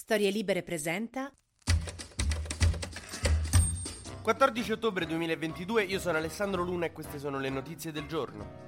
Storie Libere presenta 14 ottobre 2022, io sono Alessandro Luna e queste sono le notizie del giorno.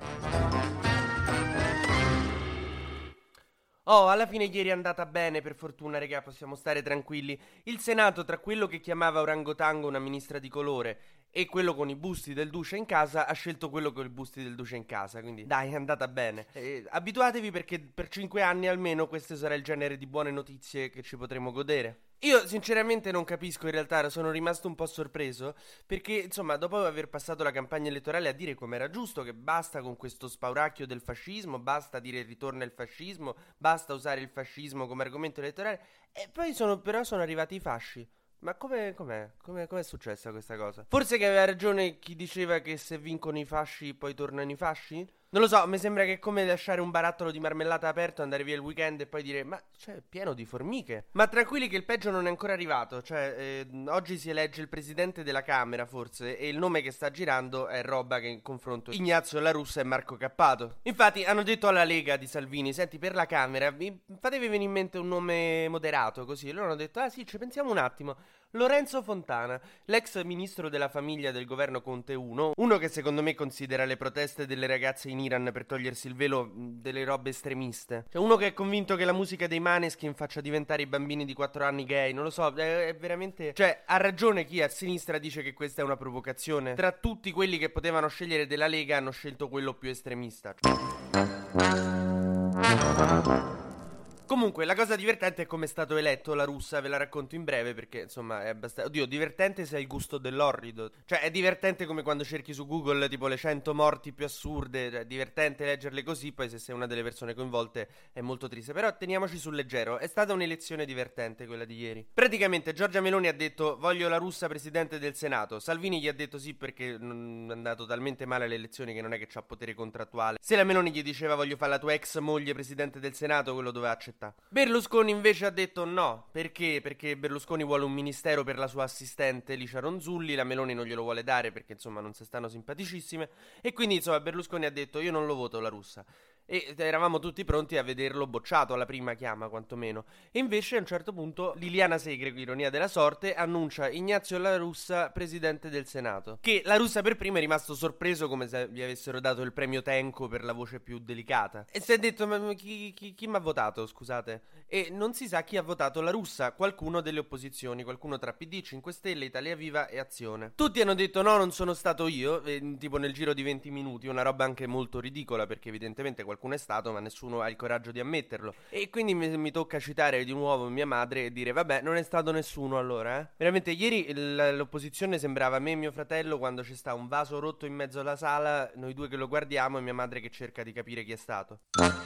Alla fine ieri è andata bene, per fortuna, regà, possiamo stare tranquilli. Il Senato, tra quello che chiamava orangotango una ministra di colore e quello con i busti del duce in casa, ha scelto quello con i busti del duce in casa, quindi dai, è andata bene. Abituatevi perché per 5 anni almeno questo sarà il genere di buone notizie che ci potremo godere. Io sinceramente non capisco, in realtà sono rimasto un po' sorpreso perché insomma dopo aver passato la campagna elettorale a dire come era giusto, che basta con questo spauracchio del fascismo, basta dire ritorna il fascismo, basta usare il fascismo come argomento elettorale, e poi sono arrivati i fasci. Ma com'è successa questa cosa? Forse che aveva ragione chi diceva che se vincono i fasci poi tornano i fasci? Non lo so, mi sembra che è come lasciare un barattolo di marmellata aperto, andare via il weekend e poi dire ma cioè è pieno di formiche. Ma tranquilli che il peggio non è ancora arrivato. Oggi si elegge il presidente della Camera forse, e il nome che sta girando è roba che in confronto Ignazio La Russa e Marco Cappato. Infatti hanno detto alla Lega di Salvini: senti, per la Camera fatevi venire in mente un nome moderato, così. E loro hanno detto ah sì, ci pensiamo un attimo. Lorenzo Fontana, l'ex ministro della famiglia del governo Conte 1, uno che secondo me considera le proteste delle ragazze in Iran per togliersi il velo delle robe estremiste. Cioè uno che è convinto che la musica dei Maneskin faccia diventare i bambini di 4 anni gay, non lo so, è veramente... Cioè, ha ragione chi a sinistra dice che questa è una provocazione. Tra tutti quelli che potevano scegliere della Lega hanno scelto quello più estremista. Comunque, la cosa divertente è come è stato eletto La Russa, ve la racconto in breve perché, insomma, è abbastanza... Oddio, divertente se hai il gusto dell'orrido. Cioè, è divertente come quando cerchi su Google, tipo, le 100 morti più assurde. È divertente leggerle così, poi se sei una delle persone coinvolte è molto triste. Però teniamoci sul leggero, è stata un'elezione divertente quella di ieri. Praticamente, Giorgia Meloni ha detto voglio La Russa presidente del Senato. Salvini gli ha detto sì perché non è andato talmente male alle elezioni che non è che c'ha potere contrattuale. Se la Meloni gli diceva voglio fare la tua ex moglie presidente del Senato, quello doveva accettare. Berlusconi invece ha detto no. Perché? Perché Berlusconi vuole un ministero per la sua assistente Licia Ronzulli. La Meloni non glielo vuole dare perché insomma non si stanno simpaticissime. E quindi insomma Berlusconi ha detto io non lo voto La Russa. E eravamo tutti pronti a vederlo bocciato alla prima chiama, quantomeno. E invece a un certo punto Liliana Segre, ironia della sorte, annuncia Ignazio La Russa presidente del Senato. Che La Russa per prima è rimasto sorpreso come se gli avessero dato il premio Tenco per la voce più delicata. E si è detto ma chi mi ha votato, scusate? E non si sa chi ha votato La Russa, qualcuno delle opposizioni, qualcuno tra PD, 5 Stelle, Italia Viva e Azione. Tutti hanno detto no, non sono stato io, tipo nel giro di 20 minuti, una roba anche molto ridicola perché evidentemente qualcuno è stato ma nessuno ha il coraggio di ammetterlo. E quindi mi tocca citare di nuovo mia madre e dire vabbè, non è stato nessuno allora, Veramente ieri l'opposizione sembrava me e mio fratello quando ci sta un vaso rotto in mezzo alla sala, noi due che lo guardiamo e mia madre che cerca di capire chi è stato.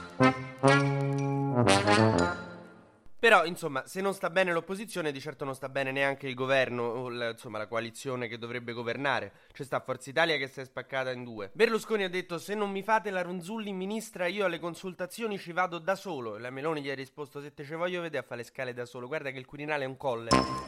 Però, insomma, se non sta bene l'opposizione, di certo non sta bene neanche il governo o la coalizione che dovrebbe governare. C'è sta Forza Italia che si è spaccata in due. Berlusconi ha detto se non mi fate la Ronzulli ministra io alle consultazioni ci vado da solo. E la Meloni gli ha risposto se te ce voglio vedere a fare le scale da solo. Guarda che il Quirinale è un colle.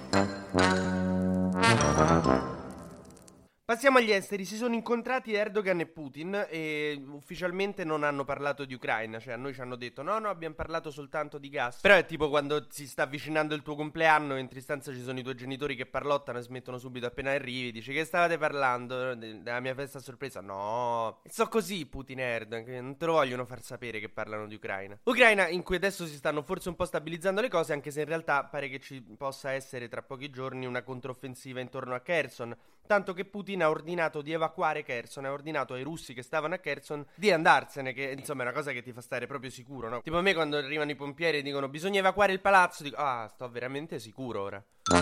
Passiamo agli esteri, si sono incontrati Erdogan e Putin e ufficialmente non hanno parlato di Ucraina, cioè a noi ci hanno detto no abbiamo parlato soltanto di gas. Però è tipo quando si sta avvicinando il tuo compleanno, entri in stanza ci sono i tuoi genitori che parlottano e smettono subito appena arrivi, dici che stavate parlando della mia festa a sorpresa? No, e so così Putin e Erdogan, che non te lo vogliono far sapere che parlano di Ucraina. Ucraina in cui adesso si stanno forse un po' stabilizzando le cose, anche se in realtà pare che ci possa essere tra pochi giorni una controffensiva intorno a Kherson. Tanto che Putin ha ordinato di evacuare Kherson, ha ordinato ai russi che stavano a Kherson di andarsene, che insomma è una cosa che ti fa stare proprio sicuro, no? Tipo a me quando arrivano i pompieri e dicono bisogna evacuare il palazzo, dico sto veramente sicuro ora.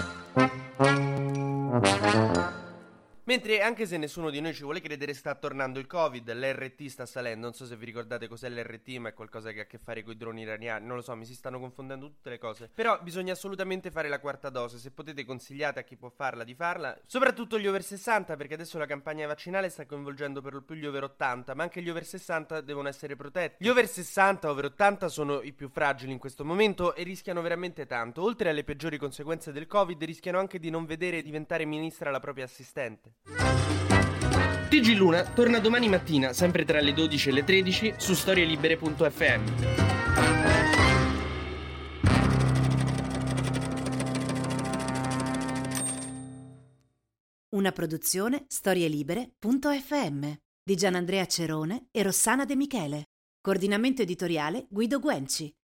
Mentre anche se nessuno di noi ci vuole credere sta tornando il Covid, l'RT sta salendo, non so se vi ricordate cos'è l'RT ma è qualcosa che ha a che fare con i droni iraniani, non lo so, mi si stanno confondendo tutte le cose. Però bisogna assolutamente fare la quarta dose, se potete consigliate a chi può farla di farla, soprattutto gli over 60 perché adesso la campagna vaccinale sta coinvolgendo per lo più gli over 80, ma anche gli over 60 devono essere protetti. Gli over 60, over 80 sono i più fragili in questo momento e rischiano veramente tanto, oltre alle peggiori conseguenze del Covid rischiano anche di non vedere diventare ministra la propria assistente. TG Luna torna domani mattina, sempre tra le 12 e le 13, su storielibere.fm. Una produzione storielibere.fm di Gianandrea Cerone e Rossana De Michele. Coordinamento editoriale Guido Guenci.